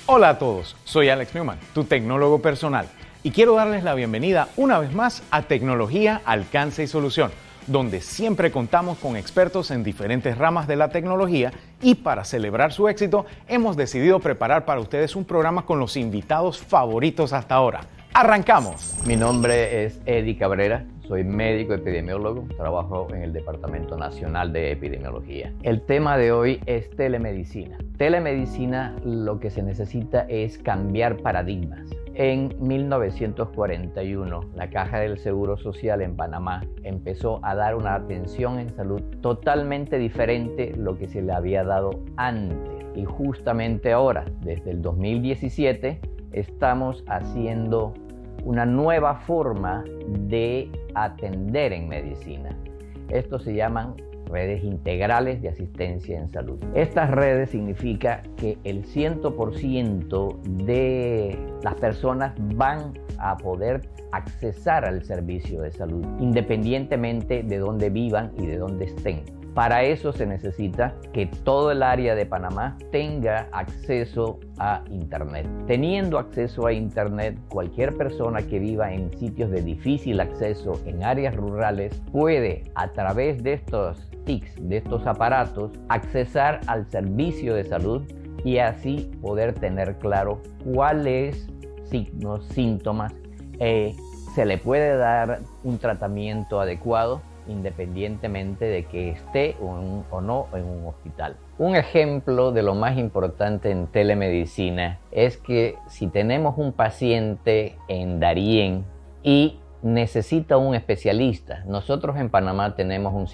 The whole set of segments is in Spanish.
Hola a todos, soy Alex Newman, tu tecnólogo personal, y quiero darles la bienvenida una vez más a Tecnología, Alcance y Solución, donde siempre contamos con expertos en diferentes ramas de la tecnología y para celebrar su éxito hemos decidido preparar para ustedes un programa con los invitados favoritos hasta ahora. ¡Arrancamos! Mi nombre es Eddie Cabrera, soy médico epidemiólogo, trabajo en el Departamento Nacional de Epidemiología. El tema de hoy es telemedicina. Telemedicina, lo que se necesita es cambiar paradigmas. En 1941, la Caja del Seguro Social en Panamá empezó a dar una atención en salud totalmente diferente a lo que se le había dado antes. Y justamente ahora, desde el 2017, estamos haciendo una nueva forma de atender en medicina. Estos se llaman redes integrales de asistencia en salud. Estas redes significa que el 100% de las personas van a poder accesar al servicio de salud, independientemente de dónde vivan y de dónde estén. Para eso se necesita que todo el área de Panamá tenga acceso a Internet. Teniendo acceso a Internet, cualquier persona que viva en sitios de difícil acceso, en áreas rurales, puede a través de estos TICs, de estos aparatos, accesar al servicio de salud y así poder tener claro cuáles signos, síntomas, se le puede dar un tratamiento adecuado independientemente de que esté o no en un hospital. Un ejemplo de lo más importante en telemedicina es que si tenemos un paciente en Darién y necesita un especialista, nosotros en Panamá tenemos un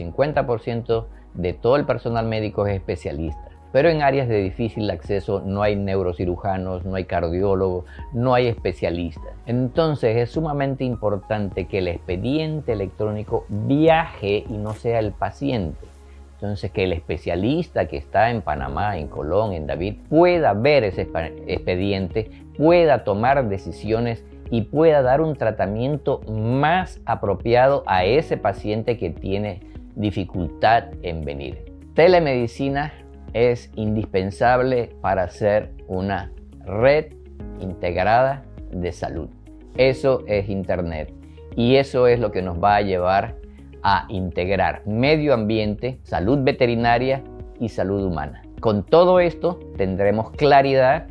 50% de todo el personal médico es especialista. Pero en áreas de difícil acceso no hay neurocirujanos, no hay cardiólogos, no hay especialistas. Entonces es sumamente importante que el expediente electrónico viaje y no sea el paciente. Entonces que el especialista que está en Panamá, en Colón, en David, pueda ver ese expediente, pueda tomar decisiones y pueda dar un tratamiento más apropiado a ese paciente que tiene dificultad en venir. Telemedicina es indispensable para hacer una red integrada de salud. Eso es Internet y eso es lo que nos va a llevar a integrar medio ambiente, salud veterinaria y salud humana. Con todo esto tendremos claridad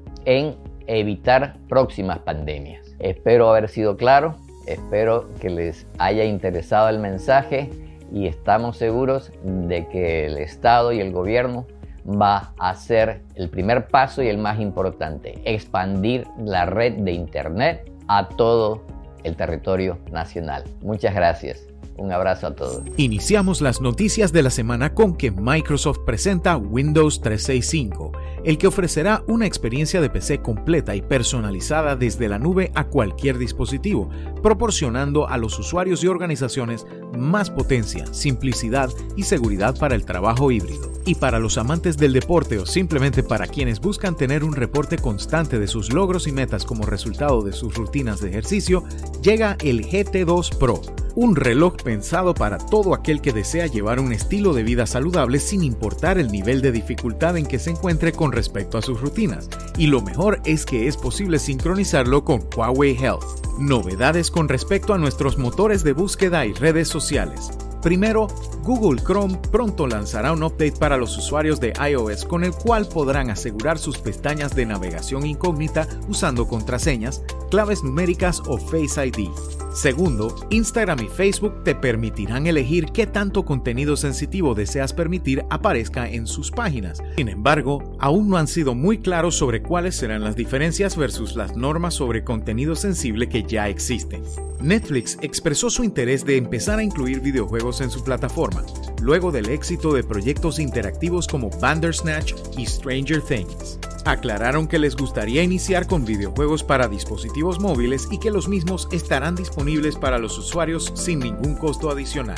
en evitar próximas pandemias. Espero haber sido claro, espero que les haya interesado el mensaje y estamos seguros de que el Estado y el gobierno va a hacer el primer paso y el más importante, expandir la red de Internet a todo el territorio nacional. Muchas gracias. Un abrazo a todos. Iniciamos las noticias de la semana con que Microsoft presenta Windows 365, el que ofrecerá una experiencia de PC completa y personalizada desde la nube a cualquier dispositivo, proporcionando a los usuarios y organizaciones más potencia, simplicidad y seguridad para el trabajo híbrido. Y para los amantes del deporte o simplemente para quienes buscan tener un reporte constante de sus logros y metas como resultado de sus rutinas de ejercicio, llega el GT2 Pro, un reloj pensado para todo aquel que desea llevar un estilo de vida saludable sin importar el nivel de dificultad en que se encuentre con respecto a sus rutinas. Y lo mejor es que es posible sincronizarlo con Huawei Health. Novedades con respecto a nuestros motores de búsqueda y redes sociales. Primero, Google Chrome pronto lanzará un update para los usuarios de iOS con el cual podrán asegurar sus pestañas de navegación incógnita usando contraseñas, claves numéricas o Face ID. Segundo, Instagram y Facebook te permitirán elegir qué tanto contenido sensitivo deseas permitir aparezca en sus páginas. Sin embargo, aún no han sido muy claros sobre cuáles serán las diferencias versus las normas sobre contenido sensible que ya existen. Netflix expresó su interés de empezar a incluir videojuegos en su plataforma, luego del éxito de proyectos interactivos como Bandersnatch y Stranger Things. Aclararon que les gustaría iniciar con videojuegos para dispositivos móviles y que los mismos estarán disponibles para los usuarios sin ningún costo adicional.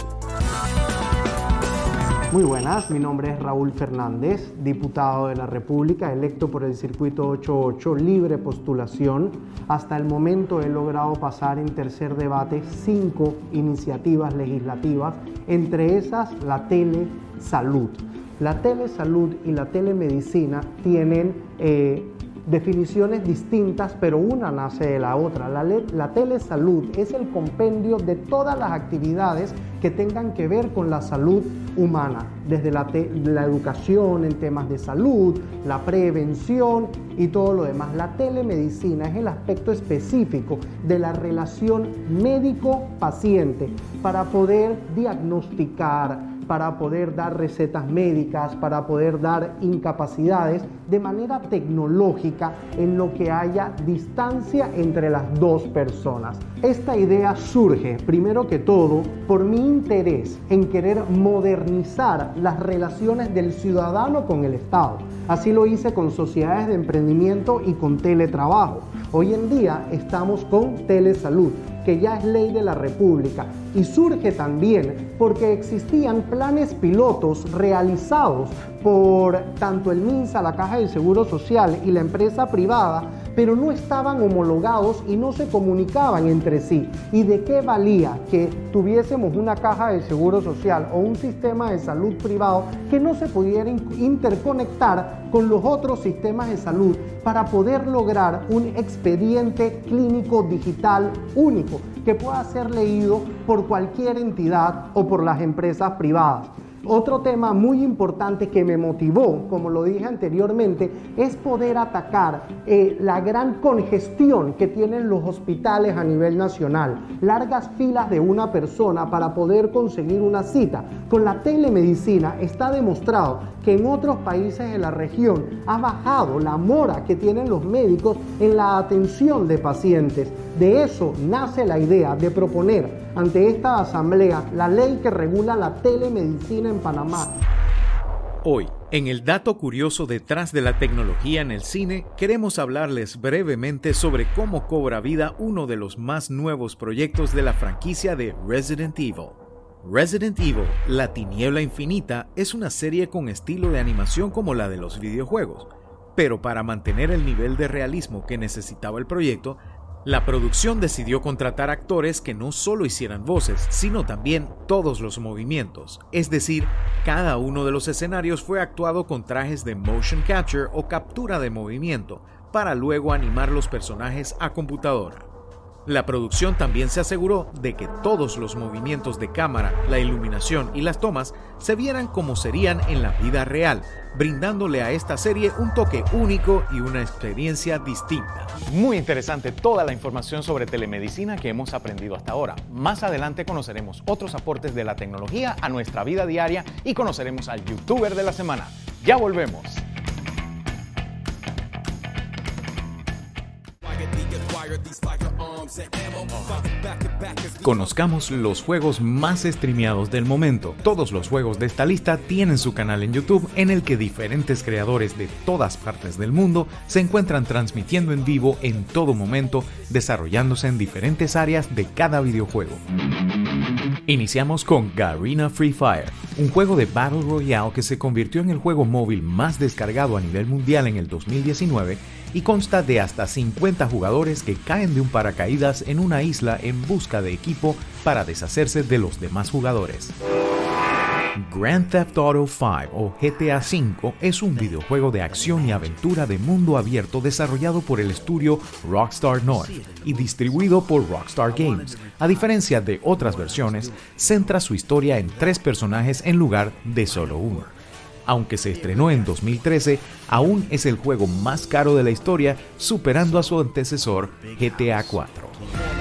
Muy buenas, mi nombre es Raúl Fernández, diputado de la República, electo por el Circuito 88, libre postulación. Hasta el momento he logrado pasar en tercer debate 5 iniciativas legislativas, entre esas la telesalud. La telesalud y la telemedicina tienen definiciones distintas, pero una nace de la otra. La telesalud es el compendio de todas las actividades que tengan que ver con la salud humana, desde la educación en temas de salud, la prevención y todo lo demás. La telemedicina es el aspecto específico de la relación médico-paciente para poder diagnosticar, para poder dar recetas médicas, para poder dar incapacidades de manera tecnológica en lo que haya distancia entre las dos personas. Esta idea surge, primero que todo, por mi interés en querer modernizar las relaciones del ciudadano con el Estado. Así lo hice con sociedades de emprendimiento y con teletrabajo. Hoy en día estamos con telesalud, que ya es ley de la República, y surge también porque existían planes pilotos realizados por tanto el MINSA, la Caja del Seguro Social y la empresa privada, pero no estaban homologados y no se comunicaban entre sí. ¿Y de qué valía que tuviésemos una caja de seguro social o un sistema de salud privado que no se pudiera interconectar con los otros sistemas de salud para poder lograr un expediente clínico digital único que pueda ser leído por cualquier entidad o por las empresas privadas? Otro tema muy importante que me motivó, como lo dije anteriormente, es poder atacar la gran congestión que tienen los hospitales a nivel nacional. Largas filas de una persona para poder conseguir una cita. Con la telemedicina está demostrado que en otros países de la región ha bajado la mora que tienen los médicos en la atención de pacientes. De eso nace la idea de proponer ante esta asamblea la ley que regula la telemedicina en Panamá. Hoy, en el dato curioso detrás de la tecnología en el cine, queremos hablarles brevemente sobre cómo cobra vida uno de los más nuevos proyectos de la franquicia de Resident Evil. Resident Evil, La Tiniebla Infinita, es una serie con estilo de animación como la de los videojuegos, pero para mantener el nivel de realismo que necesitaba el proyecto, la producción decidió contratar actores que no solo hicieran voces, sino también todos los movimientos. Es decir, cada uno de los escenarios fue actuado con trajes de motion capture o captura de movimiento, para luego animar los personajes a computadora. La producción también se aseguró de que todos los movimientos de cámara, la iluminación y las tomas se vieran como serían en la vida real, brindándole a esta serie un toque único y una experiencia distinta. Muy interesante toda la información sobre telemedicina que hemos aprendido hasta ahora. Más adelante conoceremos otros aportes de la tecnología a nuestra vida diaria y conoceremos al YouTuber de la semana. Ya volvemos. Conozcamos los juegos más streameados del momento. Todos los juegos de esta lista tienen su canal en YouTube en el que diferentes creadores de todas partes del mundo se encuentran transmitiendo en vivo en todo momento, desarrollándose en diferentes áreas de cada videojuego. Iniciamos con Garena Free Fire, un juego de Battle Royale que se convirtió en el juego móvil más descargado a nivel mundial en el 2019 y consta de hasta 50 jugadores que caen de un paracaídas en una isla en busca de equipo para deshacerse de los demás jugadores. Grand Theft Auto V o GTA V es un videojuego de acción y aventura de mundo abierto desarrollado por el estudio Rockstar North y distribuido por Rockstar Games. A diferencia de otras versiones, centra su historia en 3 personajes en lugar de solo uno. Aunque se estrenó en 2013, aún es el juego más caro de la historia, superando a su antecesor GTA 4.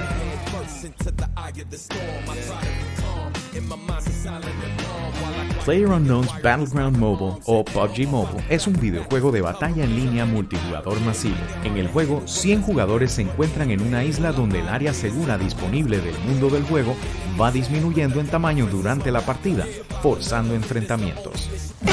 PlayerUnknown's Battleground Mobile o PUBG Mobile es un videojuego de batalla en línea multijugador masivo. En el juego, 100 jugadores se encuentran en una isla donde el área segura disponible del mundo del juego va disminuyendo en tamaño durante la partida, forzando enfrentamientos.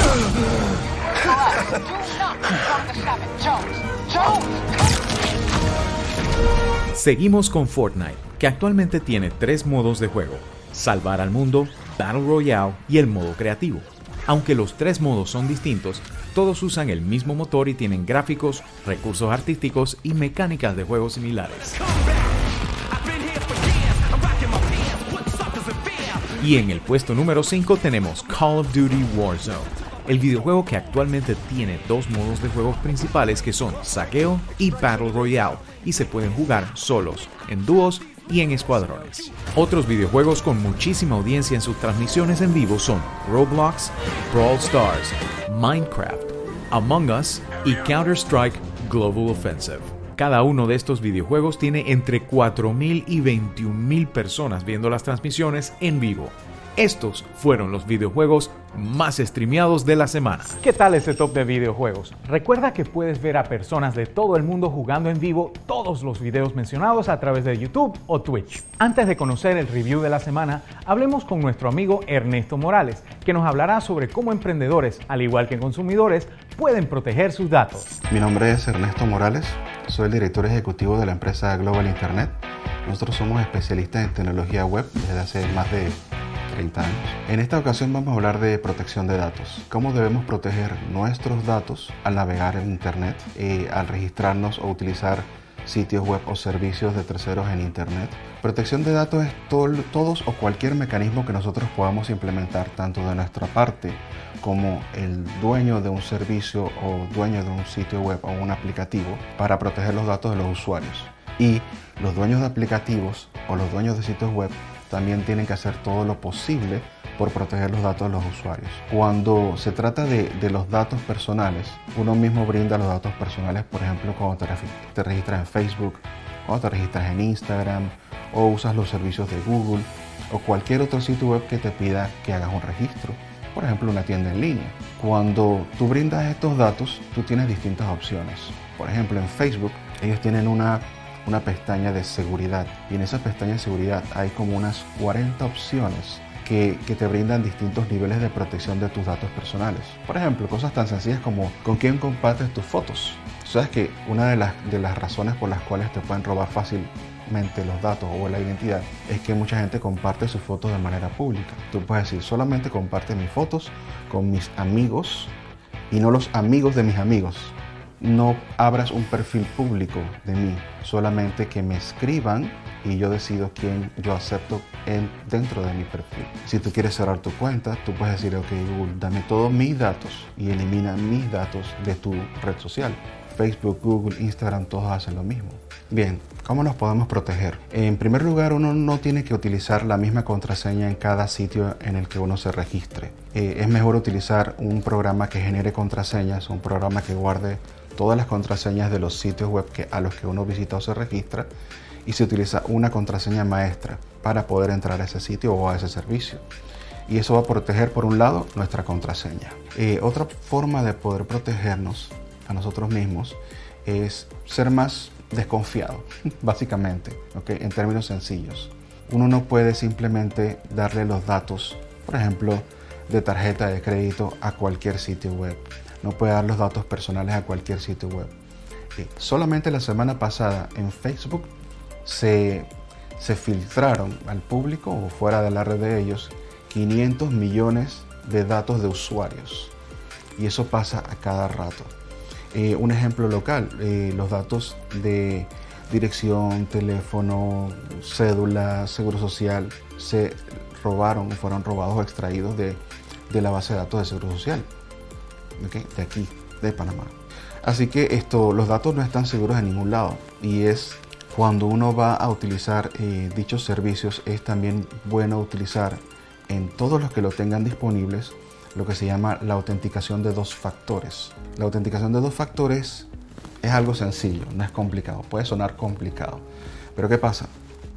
Seguimos con Fortnite, que actualmente tiene 3 modos de juego: salvar al mundo, Battle Royale y el modo creativo. Aunque los 3 modos son distintos, todos usan el mismo motor y tienen gráficos, recursos artísticos y mecánicas de juego similares. Y en el puesto número 5 tenemos Call of Duty Warzone. el videojuego que actualmente tiene dos modos de juegos principales que son Saqueo y Battle Royale, y se pueden jugar solos, en dúos y en escuadrones. Otros videojuegos con muchísima audiencia en sus transmisiones en vivo son Roblox, Brawl Stars, Minecraft, Among Us y Counter-Strike Global Offensive. Cada uno de estos videojuegos tiene entre 4.000 y 21.000 personas viendo las transmisiones en vivo. Estos fueron los videojuegos más streameados de la semana. ¿Qué tal este top de videojuegos? Recuerda que puedes ver a personas de todo el mundo jugando en vivo todos los videos mencionados a través de YouTube o Twitch. Antes de conocer el review de la semana, hablemos con nuestro amigo Ernesto Morales, que nos hablará sobre cómo emprendedores, al igual que consumidores, pueden proteger sus datos. Mi nombre es Ernesto Morales, soy el director ejecutivo de la empresa Global Internet. Nosotros somos especialistas en tecnología web desde hace más de 30 años. En esta ocasión vamos a hablar de protección de datos. Cómo debemos proteger nuestros datos al navegar en Internet, al registrarnos o utilizar sitios web o servicios de terceros en Internet. Protección de datos es todos o cualquier mecanismo que nosotros podamos implementar tanto de nuestra parte como el dueño de un servicio o dueño de un sitio web o un aplicativo para proteger los datos de los usuarios. Y los dueños de aplicativos o los dueños de sitios web también tienen que hacer todo lo posible por proteger los datos de los usuarios. Cuando se trata de los datos personales, uno mismo brinda los datos personales, por ejemplo, cuando te registras en Facebook, cuando te registras en Instagram, o usas los servicios de Google, o cualquier otro sitio web que te pida que hagas un registro, por ejemplo, una tienda en línea. Cuando tú brindas estos datos, tú tienes distintas opciones. Por ejemplo, en Facebook, ellos tienen una pestaña de seguridad, y en esa pestaña de seguridad hay como unas 40 opciones que te brindan distintos niveles de protección de tus datos personales. Por ejemplo, cosas tan sencillas como con quién compartes tus fotos. Sabes que una de las razones por las cuales te pueden robar fácilmente los datos o la identidad es que mucha gente comparte sus fotos de manera pública. Tú puedes decir, solamente comparte mis fotos con mis amigos y no los amigos de mis amigos. No abras un perfil público de mí, solamente que me escriban y yo decido quién yo acepto dentro de mi perfil. Si tú quieres cerrar tu cuenta, tú puedes decir, ok, Google, dame todos mis datos y elimina mis datos de tu red social. Facebook, Google, Instagram, todos hacen lo mismo. Bien, ¿cómo nos podemos proteger? En primer lugar, uno no tiene que utilizar la misma contraseña en cada sitio en el que uno se registre. Es mejor utilizar un programa que genere contraseñas, un programa que guarde todas las contraseñas de los sitios web a los que uno visita o se registra, y se utiliza una contraseña maestra para poder entrar a ese sitio o a ese servicio. Y eso va a proteger, por un lado, nuestra contraseña. Otra forma de poder protegernos a nosotros mismos es ser más desconfiado, básicamente, ¿okay? En términos sencillos. Uno no puede simplemente darle los datos, por ejemplo, de tarjeta de crédito a cualquier sitio web. No puede dar los datos personales a cualquier sitio web. Solamente la semana pasada en Facebook se filtraron al público o fuera de la red de ellos 500 millones de datos de usuarios. Y eso pasa a cada rato. Un ejemplo local, los datos de dirección, teléfono, cédula, seguro social se robaron, fueron robados o extraídos de la base de datos de seguro social. ¿Okay? De aquí, de Panamá. Así que los datos no están seguros en ningún lado, y es cuando uno va a utilizar dichos servicios, es también bueno utilizar en todos los que lo tengan disponibles lo que se llama la autenticación de dos factores. La autenticación de dos factores es algo sencillo, no es complicado, puede sonar complicado, pero ¿qué pasa?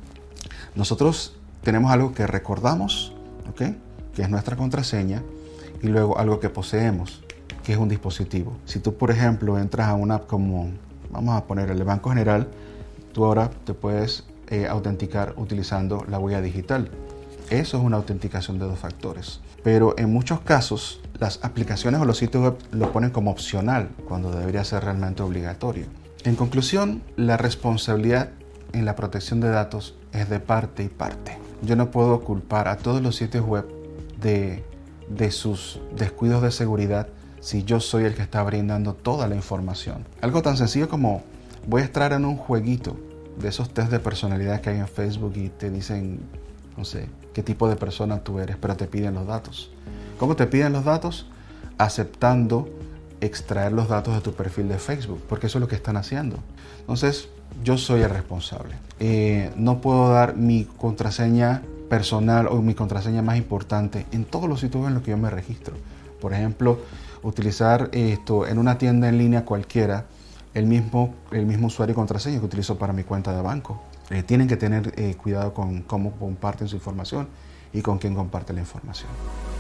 Nosotros tenemos algo que recordamos, ¿okay? Que es nuestra contraseña, y luego algo que poseemos, que es un dispositivo. Si tú, por ejemplo, entras a una app como, vamos a poner el Banco General, tú ahora te puedes autenticar utilizando la huella digital. Eso es una autenticación de dos factores. Pero en muchos casos, las aplicaciones o los sitios web lo ponen como opcional, cuando debería ser realmente obligatorio. En conclusión, la responsabilidad en la protección de datos es de parte y parte. Yo no puedo culpar a todos los sitios web de sus descuidos de seguridad si yo soy el que está brindando toda la información. Algo tan sencillo como voy a entrar en un jueguito de esos test de personalidad que hay en Facebook y te dicen, no sé, qué tipo de persona tú eres, pero te piden los datos. ¿Cómo te piden los datos? aceptando extraer los datos de tu perfil de Facebook, porque eso es lo que están haciendo. Entonces, yo soy el responsable. No puedo dar mi contraseña personal o mi contraseña más importante en todos los sitios en los que yo me registro. Por ejemplo, utilizar esto en una tienda en línea cualquiera, el mismo usuario y contraseña que utilizo para mi cuenta de banco. Tienen que tener cuidado con cómo comparten su información y con quién comparte la información.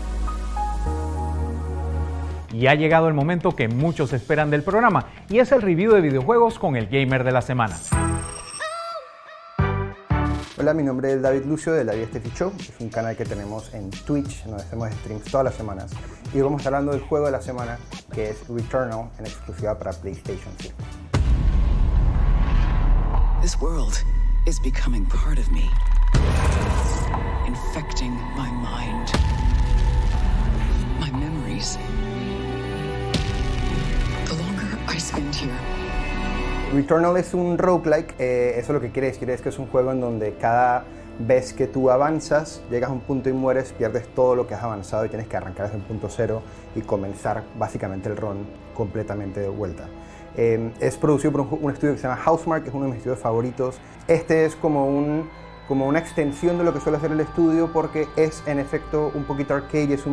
Y ha llegado el momento que muchos esperan del programa, y es el review de videojuegos con el Gamer de la Semana. Hola, mi nombre es David Lucio de David Estefi Show. Es un canal que tenemos en Twitch, donde hacemos streams todas las semanas. Y vamos a estar hablando del juego de la semana, que es Returnal, en exclusiva para PlayStation 5. This world is becoming part of me, infecting my mind, my memories. The longer I spend here. Returnal es un roguelike, eso lo que quiere decir es que es un juego en donde cada vez que tú avanzas, llegas a un punto y mueres, pierdes todo lo que has avanzado y tienes que arrancar desde un punto cero y comenzar básicamente el run completamente de vuelta. Es producido por un estudio que se llama Housemarque, que es uno de mis estudios favoritos. Este es como una extensión de lo que suele hacer el estudio, porque es en efecto un poquito arcade, es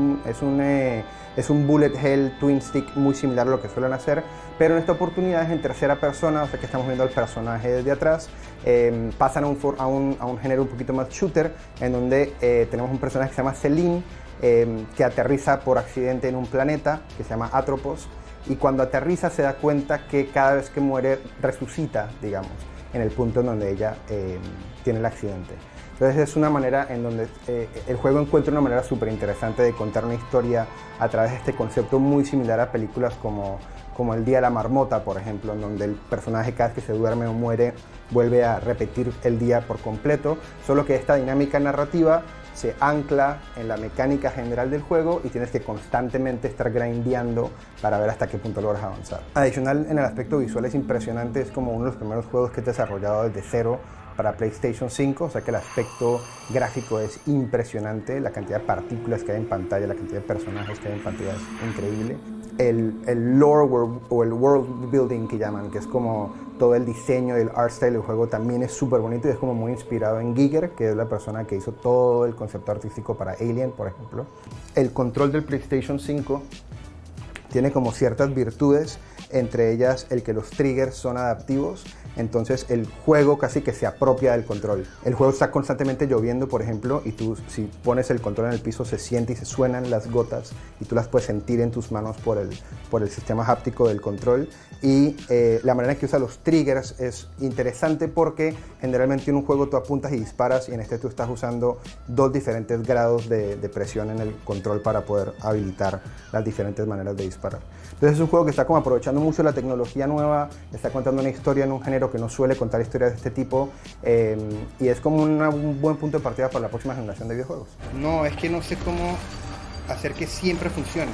un bullet hell twin stick muy similar a lo que suelen hacer, pero en esta oportunidad es en tercera persona, o sea que estamos viendo al personaje desde atrás. Pasan a un género un poquito más shooter, en donde tenemos un personaje que se llama Celine, que aterriza por accidente en un planeta que se llama Atropos, y cuando aterriza se da cuenta que cada vez que muere resucita, digamos, en el punto en donde ella tiene el accidente. Entonces es una manera en donde el juego encuentra una manera súper interesante de contar una historia a través de este concepto muy similar a películas como El Día de la Marmota, por ejemplo, en donde el personaje cada vez que se duerme o muere vuelve a repetir el día por completo, solo que esta dinámica narrativa se ancla en la mecánica general del juego y tienes que constantemente estar grindeando para ver hasta qué punto logras avanzar. Adicional, en el aspecto visual es impresionante, es como uno de los primeros juegos que he desarrollado desde cero para PlayStation 5, o sea que el aspecto gráfico es impresionante, la cantidad de partículas que hay en pantalla, la cantidad de personajes que hay en pantalla es increíble. El lore o el world building que llaman, que es como todo el diseño del art style del juego, también es súper bonito y es como muy inspirado en Giger, que es la persona que hizo todo el concepto artístico para Alien, por ejemplo. El control del PlayStation 5 tiene como ciertas virtudes, entre ellas el que los triggers son adaptivos, entonces el juego casi que se apropia del control. El juego está constantemente lloviendo, por ejemplo, y tú si pones el control en el piso se siente y se suenan las gotas y tú las puedes sentir en tus manos por el sistema háptico del control. Y la manera en que usa los triggers es interesante porque generalmente en un juego tú apuntas y disparas, y en este tú estás usando dos diferentes grados de presión en el control para poder habilitar las diferentes maneras de disparar. Entonces es un juego que está como aprovechando mucho la tecnología nueva, está contando una historia en un género que no suele contar historias de este tipo, y es como un buen punto de partida para la próxima generación de videojuegos. No, es que no sé cómo hacer que siempre funcione.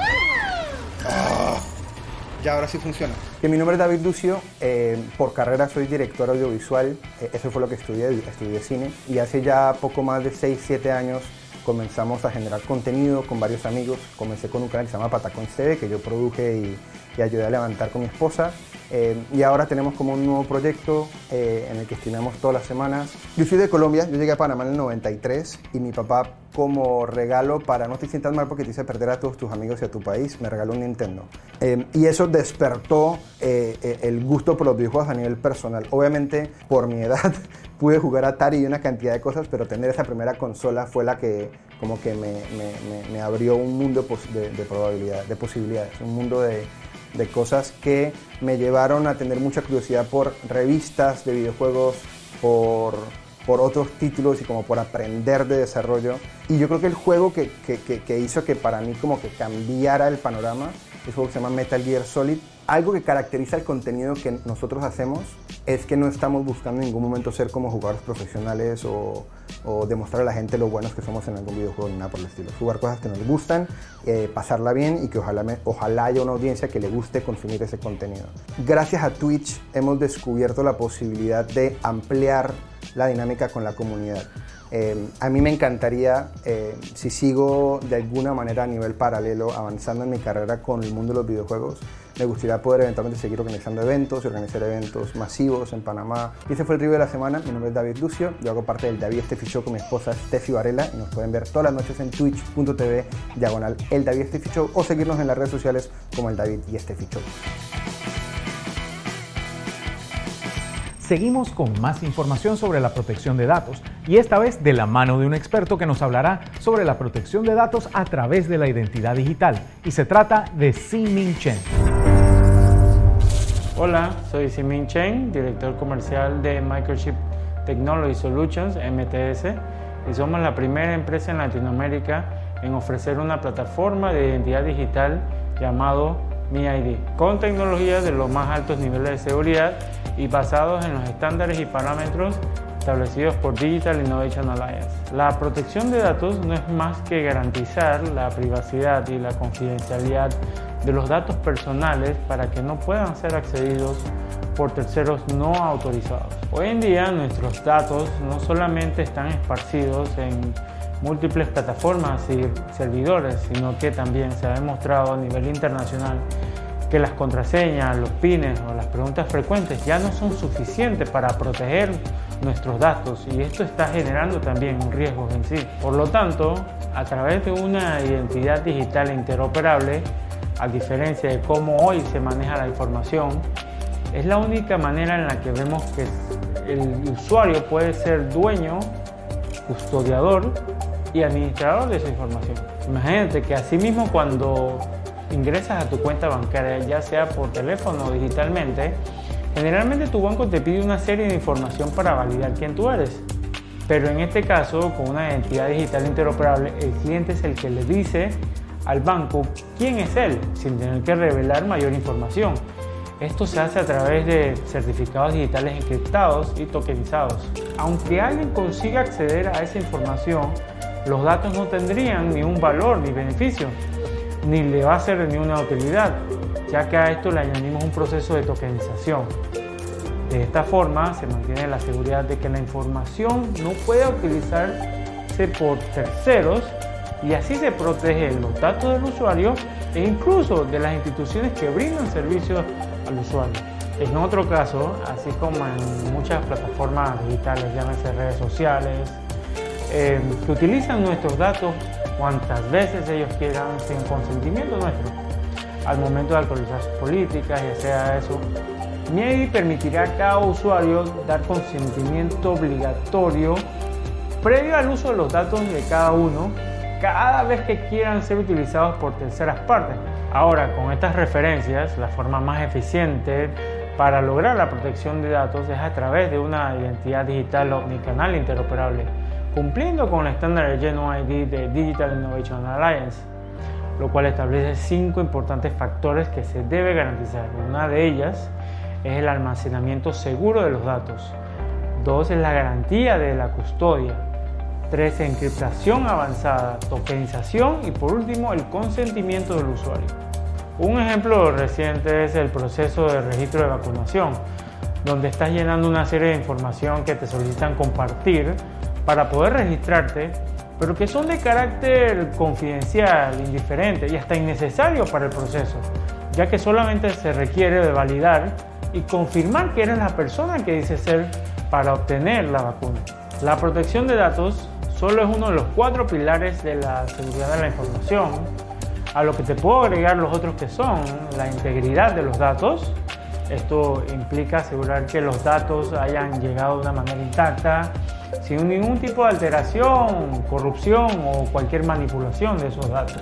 Ya, ahora sí funciona. Mi nombre es David Lucio, por carrera soy director audiovisual, eso fue lo que estudié cine, y hace ya poco más de 6-7 años comenzamos a generar contenido con varios amigos. Comencé con un canal que se llama Patacoins TV, que yo produje y ayudé a levantar con mi esposa. Y ahora tenemos como un nuevo proyecto en el que streamamos todas las semanas. Yo soy de Colombia, yo llegué a Panamá en el 93 y mi papá, como regalo para no te sientas mal porque te hice perder a todos tus amigos y a tu país, me regaló un Nintendo. Y eso despertó el gusto por los videojuegos a nivel personal. Obviamente, por mi edad, pude jugar Atari y una cantidad de cosas, pero tener esa primera consola fue la que como que me abrió un mundo de posibilidades, un mundo de cosas que me llevaron a tener mucha curiosidad por revistas de videojuegos, por otros títulos y como por aprender de desarrollo. Y yo creo que el juego que hizo que para mí como que cambiara el panorama es un juego que se llama Metal Gear Solid. Algo que caracteriza el contenido que nosotros hacemos es que no estamos buscando en ningún momento ser como jugadores profesionales o demostrar a la gente lo buenos que somos en algún videojuego ni nada por el estilo. Jugar cosas que nos gustan, pasarla bien y que ojalá haya una audiencia que le guste consumir ese contenido. Gracias a Twitch hemos descubierto la posibilidad de ampliar la dinámica con la comunidad. A mí me encantaría, si sigo de alguna manera a nivel paralelo avanzando en mi carrera con el mundo de los videojuegos, me gustaría poder eventualmente seguir organizando eventos y organizar eventos masivos en Panamá. Y ese fue el review de la semana. Mi nombre es David Lucio, yo hago parte del David Steffi Show con mi esposa Steffi Varela y nos pueden ver todas las noches en twitch.tv/el David Steffi Show o seguirnos en las redes sociales como el David y Steffi Show. Seguimos con más información sobre la protección de datos y esta vez de la mano de un experto que nos hablará sobre la protección de datos a través de la identidad digital y se trata de Ximing Chen. Hola, soy Ximing Chen, director comercial de Microchip Technology Solutions, MTS, y somos la primera empresa en Latinoamérica en ofrecer una plataforma de identidad digital llamado MiID, con tecnologías de los más altos niveles de seguridad y basados en los estándares y parámetros establecidos por Digital Innovation Alliance. La protección de datos no es más que garantizar la privacidad y la confidencialidad de los datos personales para que no puedan ser accedidos por terceros no autorizados. Hoy en día nuestros datos no solamente están esparcidos en múltiples plataformas y servidores, sino que también se ha demostrado a nivel internacional que las contraseñas, los pines o las preguntas frecuentes ya no son suficientes para proteger nuestros datos y esto está generando también riesgos en sí. Por lo tanto, a través de una identidad digital interoperable, a diferencia de cómo hoy se maneja la información, es la única manera en la que vemos que el usuario puede ser dueño, custodiador y administrador de esa información. Imagínate que asimismo cuando ingresas a tu cuenta bancaria, ya sea por teléfono o digitalmente, generalmente tu banco te pide una serie de información para validar quién tú eres. Pero en este caso, con una identidad digital interoperable, el cliente es el que le dice al banco quién es él, sin tener que revelar mayor información. Esto se hace a través de certificados digitales encriptados y tokenizados. Aunque alguien consiga acceder a esa información, los datos no tendrían ni un valor ni beneficio, ni le va a ser de ninguna utilidad, ya que a esto le añadimos un proceso de tokenización. De esta forma se mantiene la seguridad de que la información no pueda utilizarse por terceros y así se protegen los datos del usuario e incluso de las instituciones que brindan servicios al usuario. En otro caso, así como en muchas plataformas digitales, llámese redes sociales, que utilizan nuestros datos cuantas veces ellos quieran sin consentimiento nuestro, al momento de actualizar sus políticas, ya sea eso, MiID permitirá a cada usuario dar consentimiento obligatorio previo al uso de los datos de cada uno cada vez que quieran ser utilizados por terceras partes. Ahora, con estas referencias, la forma más eficiente para lograr la protección de datos es a través de una identidad digital omnicanal interoperable, cumpliendo con el estándar de Genuine ID de Digital Innovation Alliance, lo cual establece 5 importantes factores que se debe garantizar. Una de ellas es el almacenamiento seguro de los datos. 2 es la garantía de la custodia. 3, encriptación avanzada, tokenización y por último el consentimiento del usuario. Un ejemplo reciente es el proceso de registro de vacunación, donde estás llenando una serie de información que te solicitan compartir para poder registrarte, pero que son de carácter confidencial, indiferente y hasta innecesario para el proceso, ya que solamente se requiere de validar y confirmar que eres la persona que dices ser para obtener la vacuna. La protección de datos solo es uno de los 4 pilares de la seguridad de la información, a lo que te puedo agregar los otros que son la integridad de los datos. Esto implica asegurar que los datos hayan llegado de una manera intacta, sin ningún tipo de alteración, corrupción o cualquier manipulación de esos datos.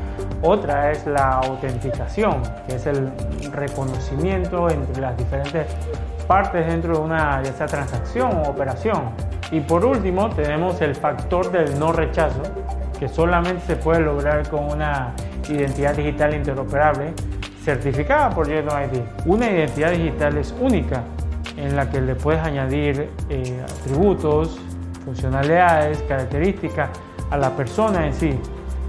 Otra es la autenticación, que es el reconocimiento entre las diferentes partes dentro de una ya sea transacción o operación. Y por último tenemos el factor del no rechazo, que solamente se puede lograr con una identidad digital interoperable certificada por Genuine ID. Una identidad digital es única, en la que le puedes añadir atributos, funcionalidades, características a la persona en sí.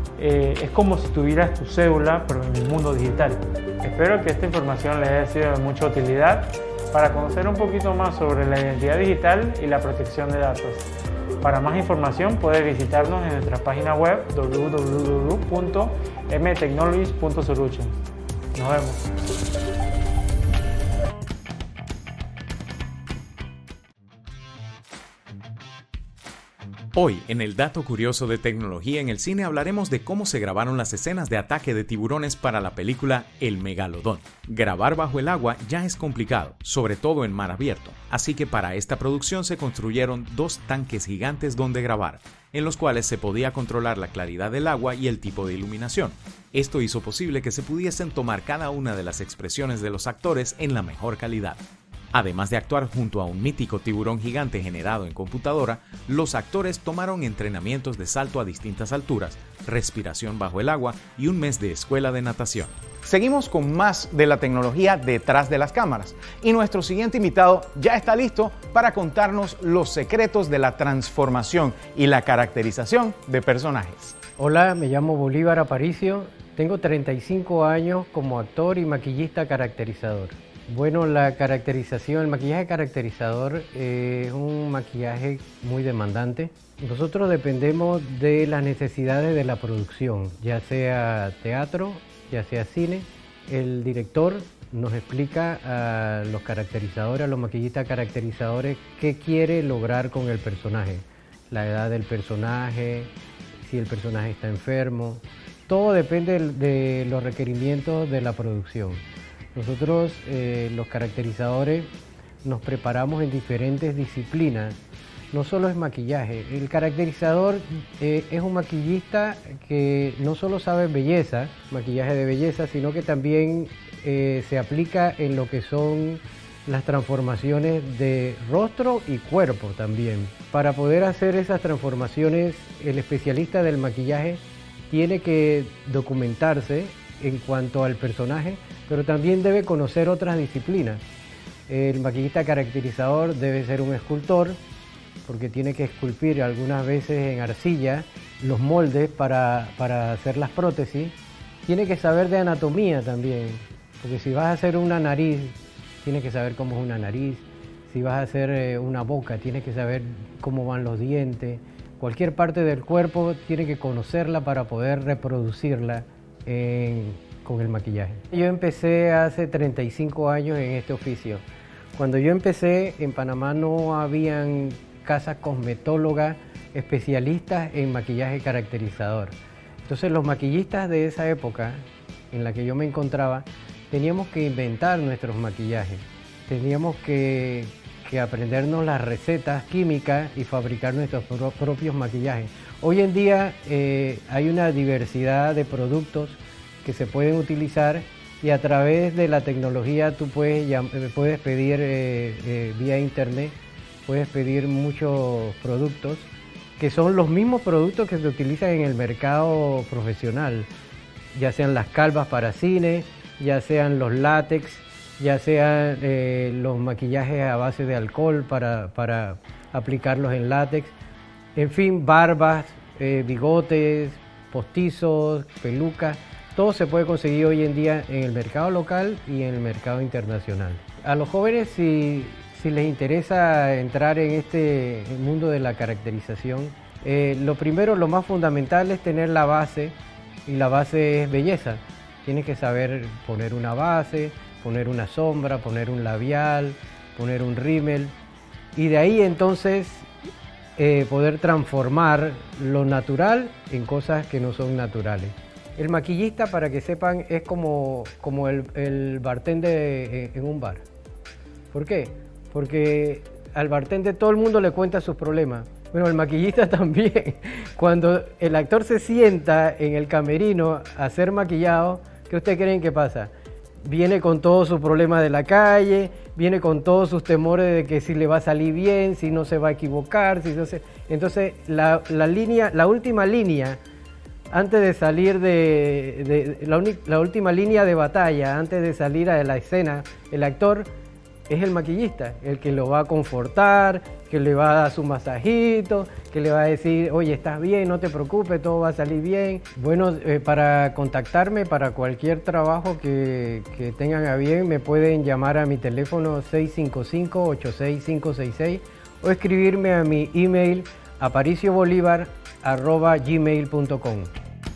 Es como si tuvieras tu cédula, pero en el mundo digital. Espero que esta información les haya sido de mucha utilidad para conocer un poquito más sobre la identidad digital y la protección de datos. Para más información puede visitarnos en nuestra página web www.mtechnologies.solutions. Nos vemos. Hoy, en el dato curioso de tecnología en el cine, hablaremos de cómo se grabaron las escenas de ataque de tiburones para la película El Megalodón. Grabar bajo el agua ya es complicado, sobre todo en mar abierto, así que para esta producción se construyeron 2 tanques gigantes donde grabar, en los cuales se podía controlar la claridad del agua y el tipo de iluminación. Esto hizo posible que se pudiesen tomar cada una de las expresiones de los actores en la mejor calidad. Además de actuar junto a un mítico tiburón gigante generado en computadora, los actores tomaron entrenamientos de salto a distintas alturas, respiración bajo el agua y un mes de escuela de natación. Seguimos con más de la tecnología detrás de las cámaras y nuestro siguiente invitado ya está listo para contarnos los secretos de la transformación y la caracterización de personajes. Hola, me llamo Bolívar Aparicio, tengo 35 años como actor y maquillista caracterizador. Bueno, la caracterización, el maquillaje caracterizador es un maquillaje muy demandante. Nosotros dependemos de las necesidades de la producción, ya sea teatro, ya sea cine. El director nos explica a los caracterizadores, a los maquillistas caracterizadores, qué quiere lograr con el personaje. La edad del personaje, si el personaje está enfermo. Todo depende de los requerimientos de la producción. Nosotros, los caracterizadores, nos preparamos en diferentes disciplinas. No solo es maquillaje. El caracterizador es un maquillista que no solo sabe belleza, maquillaje de belleza, sino que también se aplica en lo que son las transformaciones de rostro y cuerpo también. Para poder hacer esas transformaciones, el especialista del maquillaje tiene que documentarse en cuanto al personaje, pero también debe conocer otras disciplinas. El maquillista caracterizador debe ser un escultor, porque tiene que esculpir algunas veces en arcilla los moldes para hacer las prótesis. Tiene que saber de anatomía también, porque si vas a hacer una nariz, tienes que saber cómo es una nariz. Si vas a hacer una boca, tienes que saber cómo van los dientes. Cualquier parte del cuerpo tiene que conocerla para poder reproducirla con el maquillaje. Yo empecé hace 35 años en este oficio. Cuando yo empecé, en Panamá no habían casas cosmetólogas especialistas en maquillaje caracterizador. Entonces los maquillistas de esa época, en la que yo me encontraba, teníamos que inventar nuestros maquillajes. Teníamos que aprendernos las recetas químicas y fabricar nuestros propios maquillajes. Hoy en día hay una diversidad de productos que se pueden utilizar y a través de la tecnología tú puedes pedir vía internet, puedes pedir muchos productos que son los mismos productos que se utilizan en el mercado profesional, ya sean las calvas para cine, ya sean los látex, ya sean los maquillajes a base de alcohol para aplicarlos en látex, en fin, barbas, bigotes, postizos, pelucas. Todo se puede conseguir hoy en día en el mercado local y en el mercado internacional. A los jóvenes, si les interesa entrar en este mundo de la caracterización, lo primero, lo más fundamental es tener la base, y la base es belleza. Tienes que saber poner una base, poner una sombra, poner un labial, poner un rímel, y de ahí entonces poder transformar lo natural en cosas que no son naturales. El maquillista, para que sepan, es como el bartender en un bar. ¿Por qué? Porque al bartender todo el mundo le cuenta sus problemas. Bueno, el maquillista también. Cuando el actor se sienta en el camerino a ser maquillado, ¿qué ustedes creen que pasa? Viene con todos sus problemas de la calle, viene con todos sus temores de que si le va a salir bien, si no se va a equivocar, si no se... Entonces, la última línea, antes de salir la última línea de batalla, antes de salir a la escena, el actor es el maquillista, el que lo va a confortar, que le va a dar su masajito, que le va a decir, oye, estás bien, no te preocupes, todo va a salir bien. Bueno, para contactarme para cualquier trabajo que tengan a bien, me pueden llamar a mi teléfono 655-86566 o escribirme a mi email apariciobolivar@gmail.com.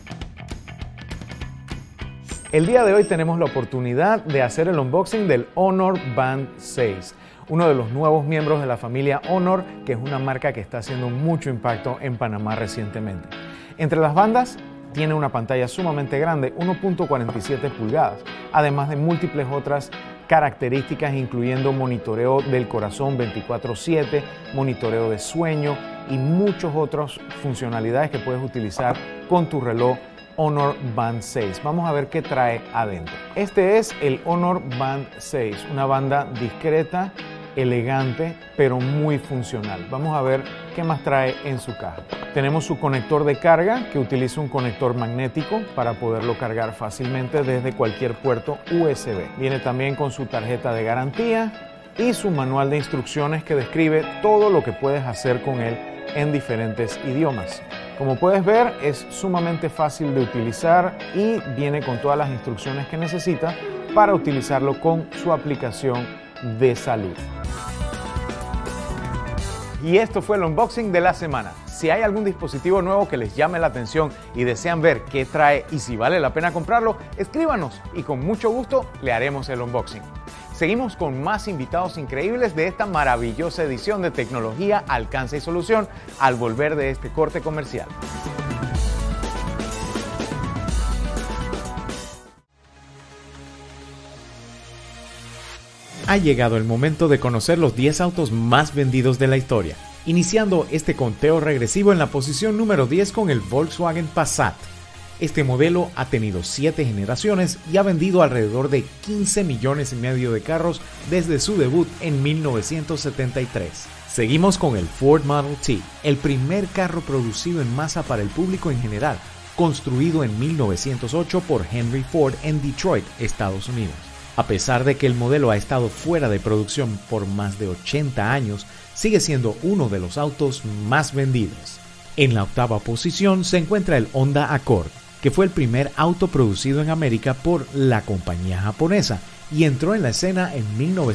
El día de hoy tenemos la oportunidad de hacer el unboxing del Honor Band 6, uno de los nuevos miembros de la familia Honor, que es una marca que está haciendo mucho impacto en Panamá recientemente. Entre las bandas, tiene una pantalla sumamente grande, 1.47 pulgadas, además de múltiples otras características, incluyendo monitoreo del corazón 24/7, monitoreo de sueño y muchas otras funcionalidades que puedes utilizar con tu reloj Honor Band 6. Vamos a ver qué trae adentro. Este es el Honor Band 6, una banda discreta, elegante, pero muy funcional. Vamos a ver qué más trae en su caja. Tenemos su conector de carga, que utiliza un conector magnético para poderlo cargar fácilmente desde cualquier puerto USB. Viene también con su tarjeta de garantía y su manual de instrucciones que describe todo lo que puedes hacer con él en diferentes idiomas. Como puedes ver, es sumamente fácil de utilizar y viene con todas las instrucciones que necesita para utilizarlo con su aplicación de salud. Y esto fue el unboxing de la semana. Si hay algún dispositivo nuevo que les llame la atención y desean ver qué trae y si vale la pena comprarlo, escríbanos y con mucho gusto le haremos el unboxing. Seguimos con más invitados increíbles de esta maravillosa edición de Tecnología, Alcance y Solución al volver de este corte comercial. Ha llegado el momento de conocer los 10 autos más vendidos de la historia, iniciando este conteo regresivo en la posición número 10 con el Volkswagen Passat. Este modelo ha tenido 7 generaciones y ha vendido alrededor de 15 millones y medio de carros desde su debut en 1973. Seguimos con el Ford Model T, el primer carro producido en masa para el público en general, construido en 1908 por Henry Ford en Detroit, Estados Unidos. A pesar de que el modelo ha estado fuera de producción por más de 80 años, sigue siendo uno de los autos más vendidos. En la octava posición se encuentra el Honda Accord, que fue el primer auto producido en América por la compañía japonesa y entró en la escena en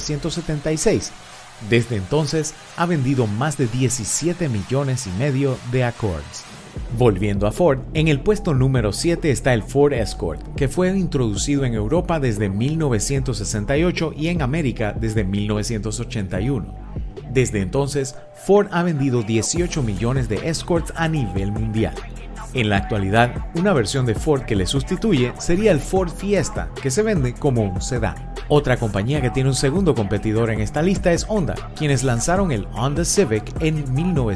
1976. Desde entonces ha vendido más de 17 millones y medio de Accords. Volviendo a Ford, en el puesto número 7 está el Ford Escort, que fue introducido en Europa desde 1968 y en América desde 1981. Desde entonces, Ford ha vendido 18 millones de Escorts a nivel mundial. En la actualidad, una versión de Ford que le sustituye sería el Ford Fiesta, que se vende como un sedán. Otra compañía que tiene un segundo competidor en esta lista es Honda, quienes lanzaron el Honda Civic en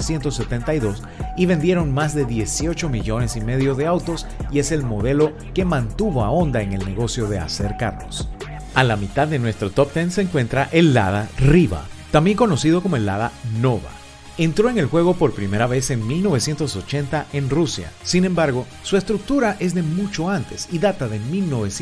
1972 y vendieron más de 18 millones y medio de autos y es el modelo que mantuvo a Honda en el negocio de hacer carros. A la mitad de nuestro top 10 se encuentra el Lada Riva, también conocido como el Lada Nova. Entró en el juego por primera vez en 1980 en Rusia. Sin embargo, su estructura es de mucho antes y data de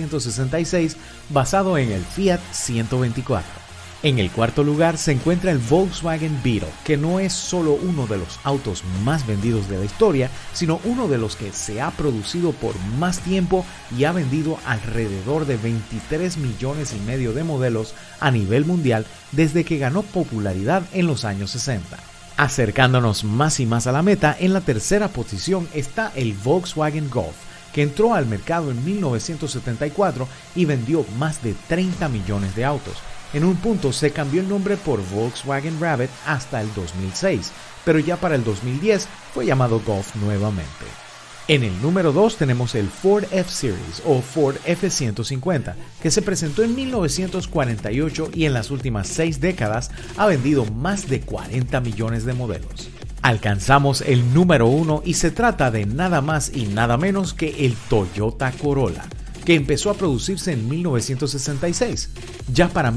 1966, basado en el Fiat 124. En el cuarto lugar se encuentra el Volkswagen Beetle, que no es solo uno de los autos más vendidos de la historia, sino uno de los que se ha producido por más tiempo y ha vendido alrededor de 23 millones y medio de modelos a nivel mundial desde que ganó popularidad en los años 60. Acercándonos más y más a la meta, en la tercera posición está el Volkswagen Golf, que entró al mercado en 1974 y vendió más de 30 millones de autos. En un punto se cambió el nombre por Volkswagen Rabbit hasta el 2006, pero ya para el 2010 fue llamado Golf nuevamente. En el número 2 tenemos el Ford F-Series o Ford F-150, que se presentó en 1948 y en las últimas 6 décadas ha vendido más de 40 millones de modelos. Alcanzamos el número 1 y se trata de nada más y nada menos que el Toyota Corolla, que empezó a producirse en 1966. Ya para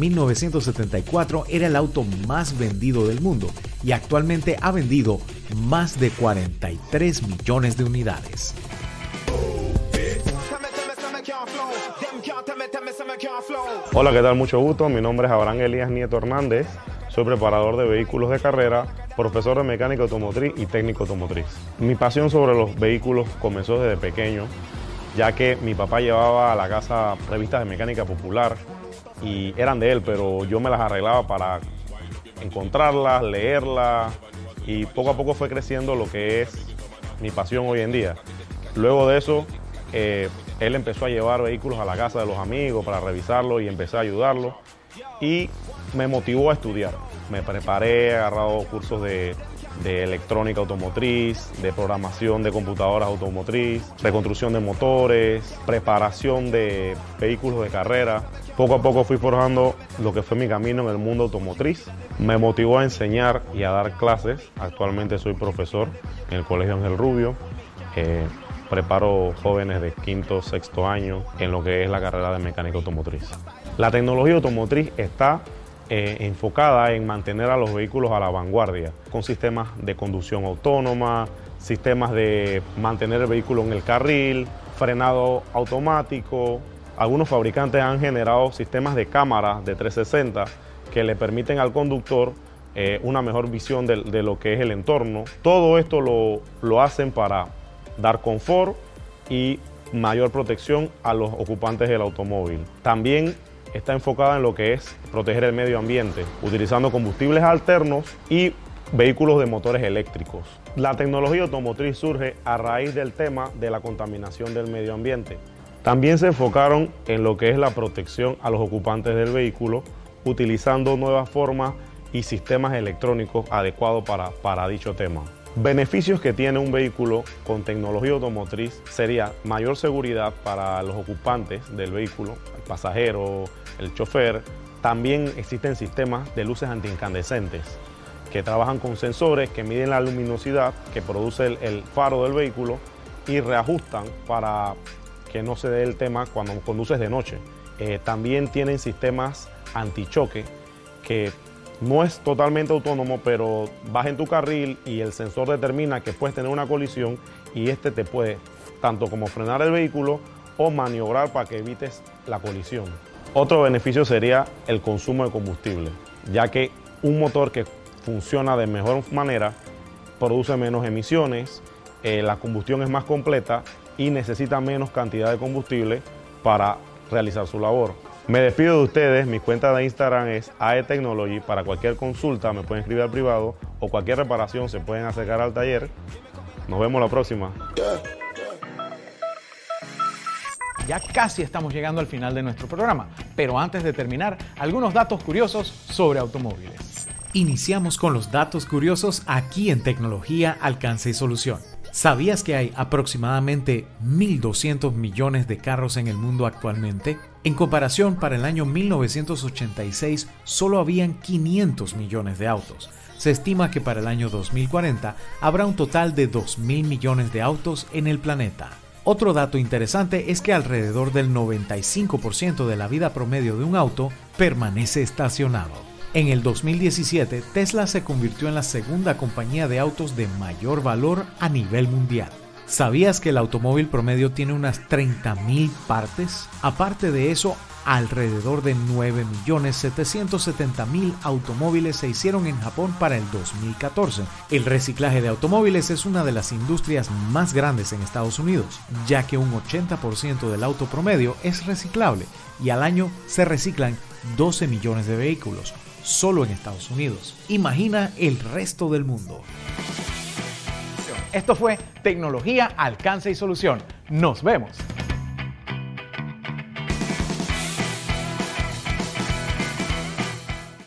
1974 era el auto más vendido del mundo y actualmente ha vendido más de 43 millones de unidades. Hola, ¿qué tal? Mucho gusto. Mi nombre es Abraham Elías Nieto Hernández. Soy preparador de vehículos de carrera, profesor de mecánica automotriz y técnico automotriz. Mi pasión sobre los vehículos comenzó desde pequeño, ya que mi papá llevaba a la casa revistas de mecánica popular y eran de él, pero yo me las arreglaba para encontrarlas, leerlas y poco a poco fue creciendo lo que es mi pasión hoy en día. Luego de eso, él empezó a llevar vehículos a la casa de los amigos para revisarlos y empecé a ayudarlos y me motivó a estudiar. Me preparé, he agarrado cursos de electrónica automotriz, de programación de computadoras automotriz, reconstrucción de motores, preparación de vehículos de carrera. Poco a poco fui forjando lo que fue mi camino en el mundo automotriz. Me motivó a enseñar y a dar clases. Actualmente soy profesor en el Colegio Ángel Rubio. Preparo jóvenes de quinto, sexto año en lo que es la carrera de mecánica automotriz. La tecnología automotriz está enfocada en mantener a los vehículos a la vanguardia, con sistemas de conducción autónoma, sistemas de mantener el vehículo en el carril, frenado automático. Algunos fabricantes han generado sistemas de cámara de 360 que le permiten al conductor una mejor visión de lo que es el entorno. Todo esto lo hacen para dar confort y mayor protección a los ocupantes del automóvil. También está enfocada en lo que es proteger el medio ambiente, utilizando combustibles alternos y vehículos de motores eléctricos. La tecnología automotriz surge a raíz del tema de la contaminación del medio ambiente. También se enfocaron en lo que es la protección a los ocupantes del vehículo, utilizando nuevas formas y sistemas electrónicos adecuados para dicho tema. Beneficios que tiene un vehículo con tecnología automotriz sería mayor seguridad para los ocupantes del vehículo, el pasajero, el chofer. También existen sistemas de luces antiincandescentes que trabajan con sensores que miden la luminosidad que produce el faro del vehículo y reajustan para que no se dé el tema cuando conduces de noche. También tienen sistemas antichoque que no es totalmente autónomo, pero vas en tu carril y el sensor determina que puedes tener una colisión y este te puede tanto como frenar el vehículo o maniobrar para que evites la colisión. Otro beneficio sería el consumo de combustible, ya que un motor que funciona de mejor manera produce menos emisiones, la combustión es más completa y necesita menos cantidad de combustible para realizar su labor. Me despido de ustedes, mi cuenta de Instagram es AETechnology. Para cualquier consulta me pueden escribir al privado o cualquier reparación se pueden acercar al taller. Nos vemos la próxima. Ya casi estamos llegando al final de nuestro programa, pero antes de terminar, algunos datos curiosos sobre automóviles. Iniciamos con los datos curiosos aquí en Tecnología, Alcance y Solución. ¿Sabías que hay aproximadamente 1.200 millones de carros en el mundo actualmente? En comparación, para el año 1986 solo habían 500 millones de autos. Se estima que para el año 2040 habrá un total de 2.000 millones de autos en el planeta. Otro dato interesante es que alrededor del 95% de la vida promedio de un auto permanece estacionado. En el 2017, Tesla se convirtió en la segunda compañía de autos de mayor valor a nivel mundial. ¿Sabías que el automóvil promedio tiene unas 30.000 partes? Aparte de eso, alrededor de 9.770.000 automóviles se hicieron en Japón para el 2014. El reciclaje de automóviles es una de las industrias más grandes en Estados Unidos, ya que un 80% del auto promedio es reciclable y al año se reciclan 12 millones de vehículos, solo en Estados Unidos. Imagina el resto del mundo. Esto fue Tecnología, Alcance y Solución. Nos vemos.